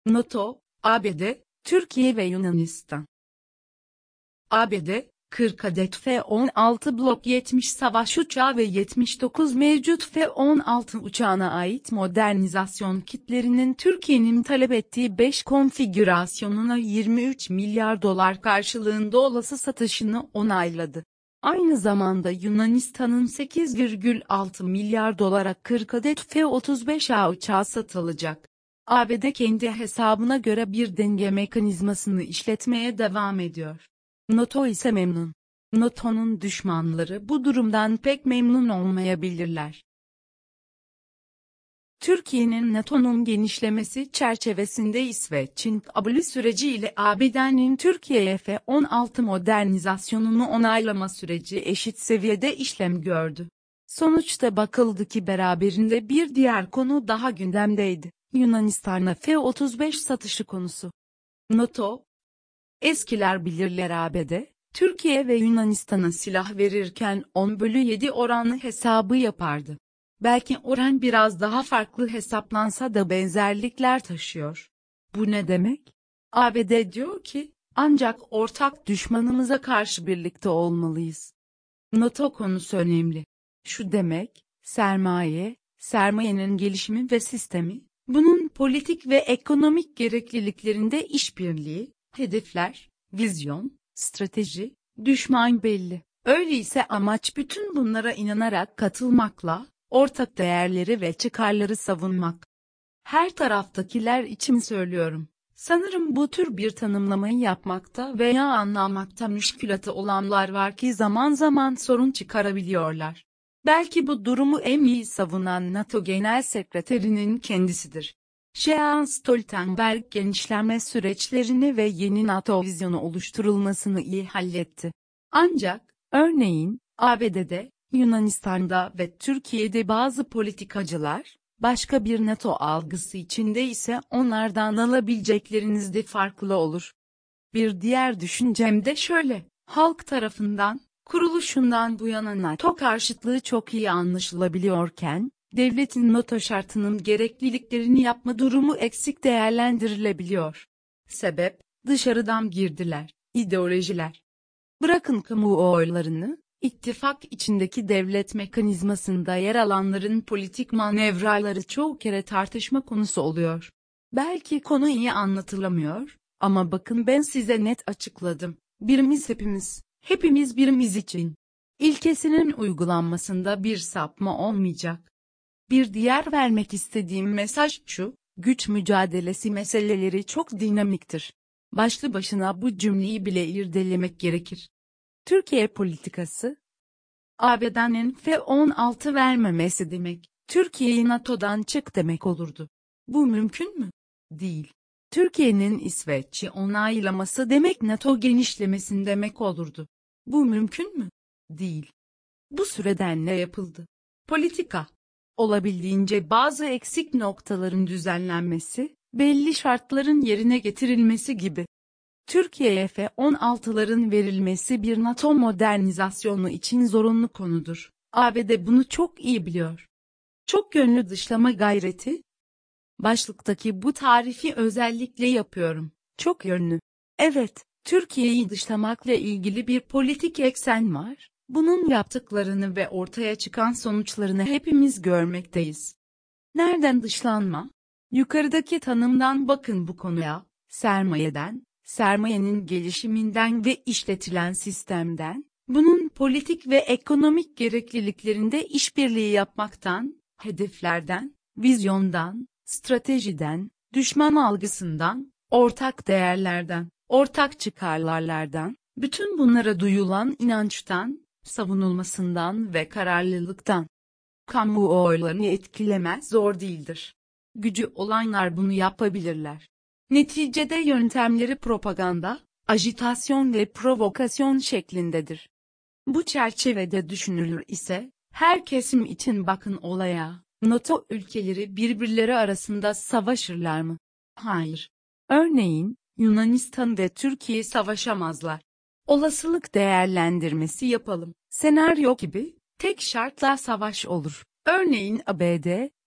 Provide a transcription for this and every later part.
NATO, ABD, Türkiye ve Yunanistan. ABD, 40 adet F-16 Block 70 savaş uçağı ve 79 mevcut F-16 uçağına ait modernizasyon kitlerinin Türkiye'nin talep ettiği 5 konfigürasyonuna 23 milyar dolar karşılığında olası satışını onayladı. Aynı zamanda Yunanistan'ın 8,6 milyar dolara 40 adet F-35A uçağı satılacak. ABD kendi hesabına göre bir denge mekanizmasını işletmeye devam ediyor. NATO ise memnun. NATO'nun düşmanları bu durumdan pek memnun olmayabilirler. Türkiye'nin NATO'nun genişlemesi çerçevesinde İsveç'in kabulü süreciyle ABD'nin Türkiye'ye F-16 modernizasyonunu onaylama süreci eşit seviyede işlem gördü. Sonuçta bakıldı ki beraberinde bir diğer konu daha gündemdeydi. Yunanistan'a F-35 satışı konusu. NATO, eskiler bilirler ABD, Türkiye ve Yunanistan'a silah verirken 10/7 oranlı hesabı yapardı. Belki oran biraz daha farklı hesaplansa da benzerlikler taşıyor. Bu ne demek? ABD diyor ki, ancak ortak düşmanımıza karşı birlikte olmalıyız. NATO konusu önemli. Şu demek, sermayenin gelişimi ve sistemi, bunun politik ve ekonomik gerekliliklerinde işbirliği, hedefler, vizyon, strateji, düşman belli. Öyleyse amaç bütün bunlara inanarak katılmakla, ortak değerleri ve çıkarları savunmak. Her taraftakiler için söylüyorum. Sanırım bu tür bir tanımlamayı yapmakta veya anlamakta müşkülatı olanlar var ki zaman zaman sorun çıkarabiliyorlar. Belki bu durumu en iyi savunan NATO Genel Sekreterinin kendisidir. Jens Stoltenberg genişleme süreçlerini ve yeni NATO vizyonu oluşturulmasını iyi halletti. Ancak, örneğin, ABD'de, Yunanistan'da ve Türkiye'de bazı politikacılar, başka bir NATO algısı içinde ise onlardan alabilecekleriniz de farklı olur. Bir diğer düşüncem de şöyle, halk tarafından, kuruluşundan bu yana NATO karşıtlığı çok iyi anlaşılabiliyorken, devletin NATO şartının gerekliliklerini yapma durumu eksik değerlendirilebiliyor. Sebep, dışarıdan girdiler, ideolojiler. Bırakın kamuoylarını, ittifak içindeki devlet mekanizmasında yer alanların politik manevraları çoğu kere tartışma konusu oluyor. Belki konu iyi anlatılamıyor, ama bakın ben size net açıkladım. Birimiz hepimiz, hepimiz birimiz için. İlkesinin uygulanmasında bir sapma olmayacak. Bir diğer vermek istediğim mesaj şu, güç mücadelesi meseleleri çok dinamiktir. Başlı başına bu cümleyi bile irdelemek gerekir. Türkiye politikası, ABD'nin F-16 vermemesi demek, Türkiye'yi NATO'dan çık demek olurdu. Bu mümkün mü? Değil. Türkiye'nin İsveç'i onaylaması demek NATO genişlemesin demek olurdu. Bu mümkün mü? Değil. Bu süreden ne yapıldı? Politika. Olabildiğince bazı eksik noktaların düzenlenmesi, belli şartların yerine getirilmesi gibi. Türkiye'ye F-16'ların verilmesi bir NATO modernizasyonu için zorunlu konudur. ABD bunu çok iyi biliyor. Çok yönlü dışlama gayreti. Başlıktaki bu tarifi özellikle yapıyorum. Çok yönlü. Evet, Türkiye'yi dışlamakla ilgili bir politik eksen var. Bunun yaptıklarını ve ortaya çıkan sonuçlarını hepimiz görmekteyiz. Nereden dışlanma? Yukarıdaki tanımdan bakın bu konuya, sermayeden, sermayenin gelişiminden ve işletilen sistemden, bunun politik ve ekonomik gerekliliklerinde işbirliği yapmaktan, hedeflerden, vizyondan, stratejiden, düşman algısından, ortak değerlerden, ortak çıkarlardan, bütün bunlara duyulan inançtan, savunulmasından ve kararlılıktan. Kamuoylarını etkilemez zor değildir. Gücü olanlar bunu yapabilirler. Neticede yöntemleri propaganda, ajitasyon ve provokasyon şeklindedir. Bu çerçevede düşünülür ise, her kesim için bakın olaya, NATO ülkeleri birbirleri arasında savaşırlar mı? Hayır. Örneğin, Yunanistan ve Türkiye savaşamazlar. Olasılık değerlendirmesi yapalım. Senaryo gibi, tek şartla savaş olur. Örneğin ABD,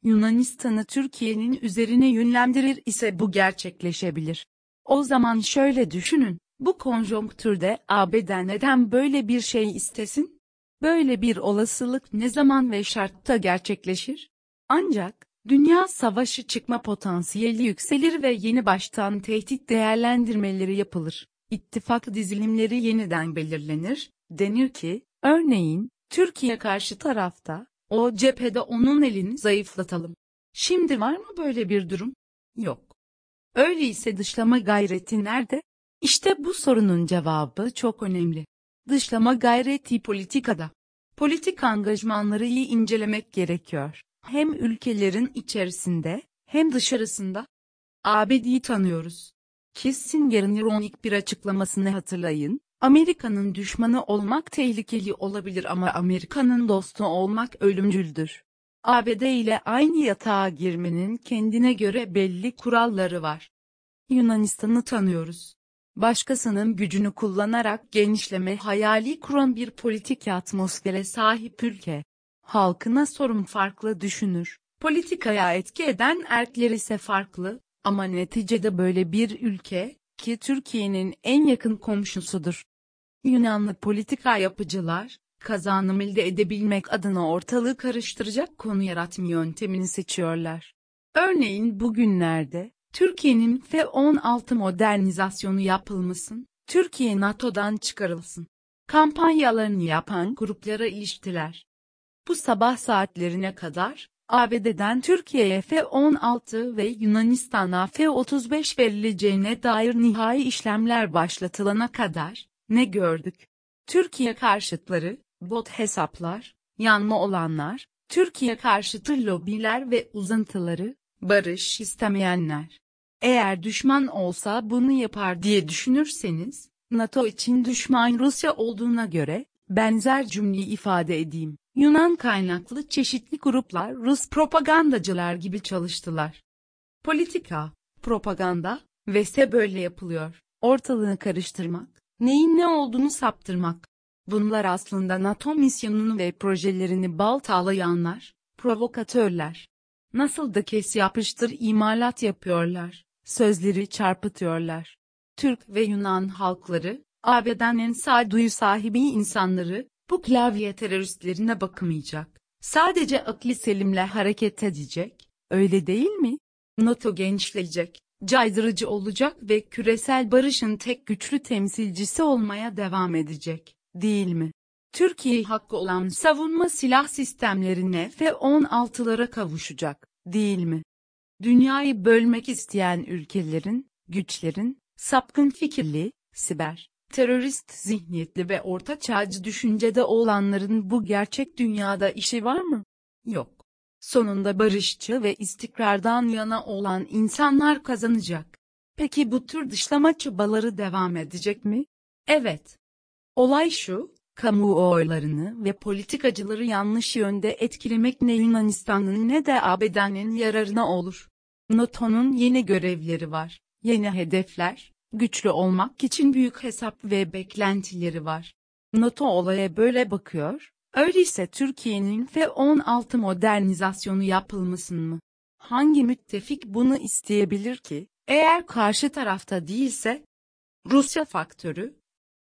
Yunanistan'ı Türkiye'nin üzerine yönlendirir ise bu gerçekleşebilir. O zaman şöyle düşünün, bu konjonktürde ABD neden böyle bir şey istesin? Böyle bir olasılık ne zaman ve şartta gerçekleşir? Ancak, dünya savaşı çıkma potansiyeli yükselir ve yeni baştan tehdit değerlendirmeleri yapılır. İttifak dizilimleri yeniden belirlenir, denir ki, örneğin, Türkiye karşı tarafta, o cephede onun elini zayıflatalım. Şimdi var mı böyle bir durum? Yok. Öyleyse dışlama gayreti nerede? İşte bu sorunun cevabı çok önemli. Dışlama gayreti politikada. Politik angajmanları iyi incelemek gerekiyor. Hem ülkelerin içerisinde, hem dışarısında. ABD'yi tanıyoruz. Kissinger'in ironik bir açıklamasını hatırlayın. Amerika'nın düşmanı olmak tehlikeli olabilir ama Amerika'nın dostu olmak ölümcüldür. ABD ile aynı yatağa girmenin kendine göre belli kuralları var. Yunanistan'ı tanıyoruz. Başkasının gücünü kullanarak genişleme hayali kuran bir politik atmosfere sahip ülke. Halkına sorun farklı düşünür. Politikaya etki eden erkler ise farklı, ama neticede böyle bir ülke, ki Türkiye'nin en yakın komşusudur. Yunanlı politika yapıcılar, kazanım elde edebilmek adına ortalığı karıştıracak konu yaratma yöntemini seçiyorlar. Örneğin bugünlerde, Türkiye'nin F-16 modernizasyonu yapılmasın, Türkiye NATO'dan çıkarılsın kampanyalarını yapan gruplara iliştiler. Bu sabah saatlerine kadar, ABD'den Türkiye'ye F-16 ve Yunanistan'a F-35 verileceğine dair nihai işlemler başlatılana kadar, ne gördük? Türkiye karşıtları, bot hesaplar, yanma olanlar, Türkiye karşıtı lobiler ve uzantıları, barış istemeyenler. Eğer düşman olsa bunu yapar diye düşünürseniz, NATO için düşman Rusya olduğuna göre, benzer cümleyi ifade edeyim. Yunan kaynaklı çeşitli gruplar Rus propagandacılar gibi çalıştılar. Politika, propaganda vs. böyle yapılıyor. Ortalığı karıştırmak, neyin ne olduğunu saptırmak. Bunlar aslında NATO misyonunu ve projelerini baltalayanlar, provokatörler. Nasıl da kes yapıştır imalat yapıyorlar, sözleri çarpıtıyorlar. Türk ve Yunan halkları, ABD'nin sağduyu sahibi insanları, bu klavye teröristlerine bakmayacak. Sadece akli selimle hareket edecek, öyle değil mi? NATO genişleyecek, caydırıcı olacak ve küresel barışın tek güçlü temsilcisi olmaya devam edecek, değil mi? Türkiye hakkı olan savunma silah sistemlerine F-16'lara kavuşacak, değil mi? Dünyayı bölmek isteyen ülkelerin, güçlerin, sapkın fikirli, siber, terörist zihniyetli ve orta çağcı düşüncede olanların bu gerçek dünyada işi var mı? Yok. Sonunda barışçı ve istikrardan yana olan insanlar kazanacak. Peki bu tür dışlama çabaları devam edecek mi? Evet. Olay şu, kamuoylarını ve politikacıları yanlış yönde etkilemek ne Yunanistan'ın ne de ABD'nin yararına olur. NATO'nun yeni görevleri var, yeni hedefler, güçlü olmak için büyük hesap ve beklentileri var. NATO olaya böyle bakıyor, öyleyse Türkiye'nin F-16 modernizasyonu yapılmasın mı? Hangi müttefik bunu isteyebilir ki, eğer karşı tarafta değilse? Rusya faktörü.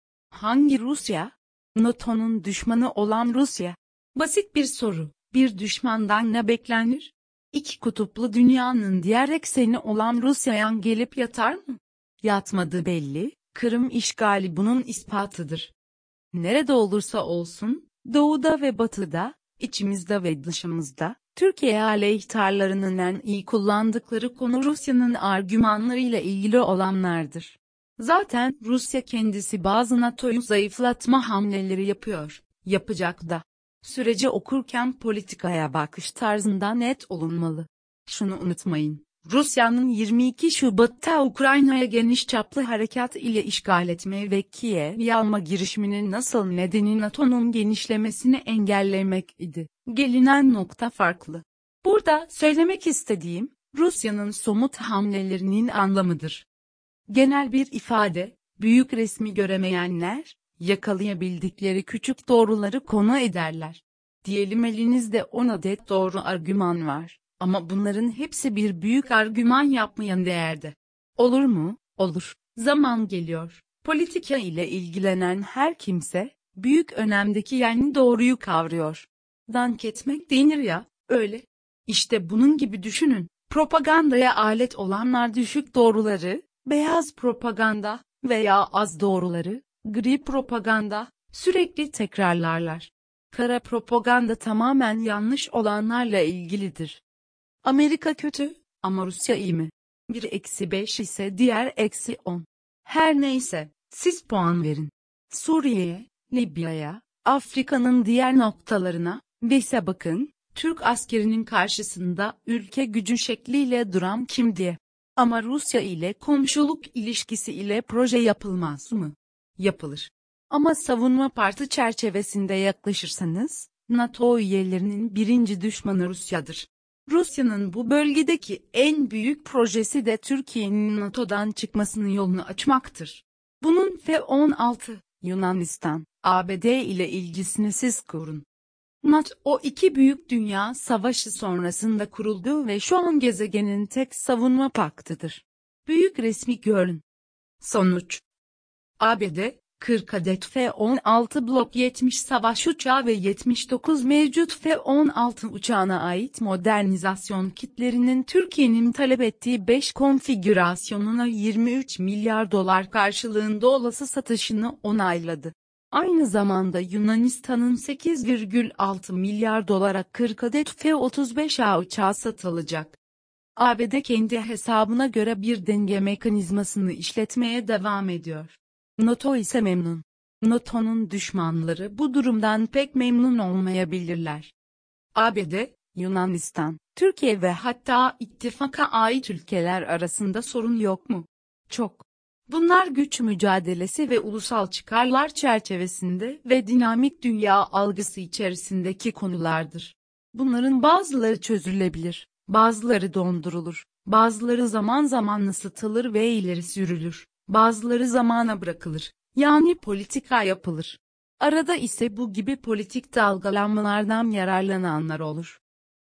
Hangi Rusya? NATO'nun düşmanı olan Rusya. Basit bir soru, bir düşmandan ne beklenir? İki kutuplu dünyanın diğer ekseni olan Rusya'ya gelip yatar mı? Yatmadı belli, Kırım işgali bunun ispatıdır. Nerede olursa olsun, doğuda ve batıda, içimizde ve dışımızda, Türkiye aleyhtarlarının en iyi kullandıkları konu Rusya'nın argümanlarıyla ilgili olanlardır. Zaten Rusya kendisi bazı NATO'yu zayıflatma hamleleri yapıyor, yapacak da. Süreci okurken politikaya bakış tarzından net olunmalı. Şunu unutmayın, Rusya'nın 22 Şubat'ta Ukrayna'ya geniş çaplı harekat ile işgal etme ve Kiev'i alma girişiminin nasıl nedeni NATO'nun genişlemesini engellemek idi. Gelinen nokta farklı. Burada söylemek istediğim, Rusya'nın somut hamlelerinin anlamıdır. Genel bir ifade, büyük resmi göremeyenler, yakalayabildikleri küçük doğruları konu ederler. Diyelim elinizde 10 adet doğru argüman var. Ama bunların hepsi bir büyük argüman yapmayan değerde. Olur mu? Olur. Zaman geliyor. Politika ile ilgilenen her kimse, büyük önemdeki yani doğruyu kavruyor. Dank etmek denir ya, öyle. İşte bunun gibi düşünün. Propagandaya alet olanlar düşük doğruları, beyaz propaganda veya az doğruları, gri propaganda, sürekli tekrarlarlar. Kara propaganda tamamen yanlış olanlarla ilgilidir. Amerika kötü, ama Rusya iyi mi? 1-5 ise diğer -10. Her neyse, siz puan verin. Suriye'ye, Libya'ya, Afrika'nın diğer noktalarına, ise bakın, Türk askerinin karşısında ülke gücü şekliyle duran kim diye. Ama Rusya ile komşuluk ilişkisi ile proje yapılmaz mı? Yapılır. Ama savunma partı çerçevesinde yaklaşırsanız, NATO üyelerinin birinci düşmanı Rusya'dır. Rusya'nın bu bölgedeki en büyük projesi de Türkiye'nin NATO'dan çıkmasının yolunu açmaktır. Bunun F-16, Yunanistan, ABD ile ilgisini siz kurun. NATO o iki büyük dünya savaşı sonrasında kuruldu ve şu an gezegenin tek savunma paktıdır. Büyük resmi görün. Sonuç. ABD, 40 adet F-16 Block 70 savaş uçağı ve 79 mevcut F-16 uçağına ait modernizasyon kitlerinin Türkiye'nin talep ettiği 5 konfigürasyonuna 23 milyar dolar karşılığında olası satışını onayladı. Aynı zamanda Yunanistan'ın 8,6 milyar dolara 40 adet F-35A uçağı satılacak. ABD kendi hesabına göre bir denge mekanizmasını işletmeye devam ediyor. NATO ise memnun. NATO'nun düşmanları bu durumdan pek memnun olmayabilirler. ABD, Yunanistan, Türkiye ve hatta ittifaka ait ülkeler arasında sorun yok mu? Çok. Bunlar güç mücadelesi ve ulusal çıkarlar çerçevesinde ve dinamik dünya algısı içerisindeki konulardır. Bunların bazıları çözülebilir, bazıları dondurulur, bazıları zaman zaman ısıtılır ve ileri sürülür, bazıları zamana bırakılır, yani politika yapılır. Arada ise bu gibi politik dalgalanmalardan yararlananlar olur.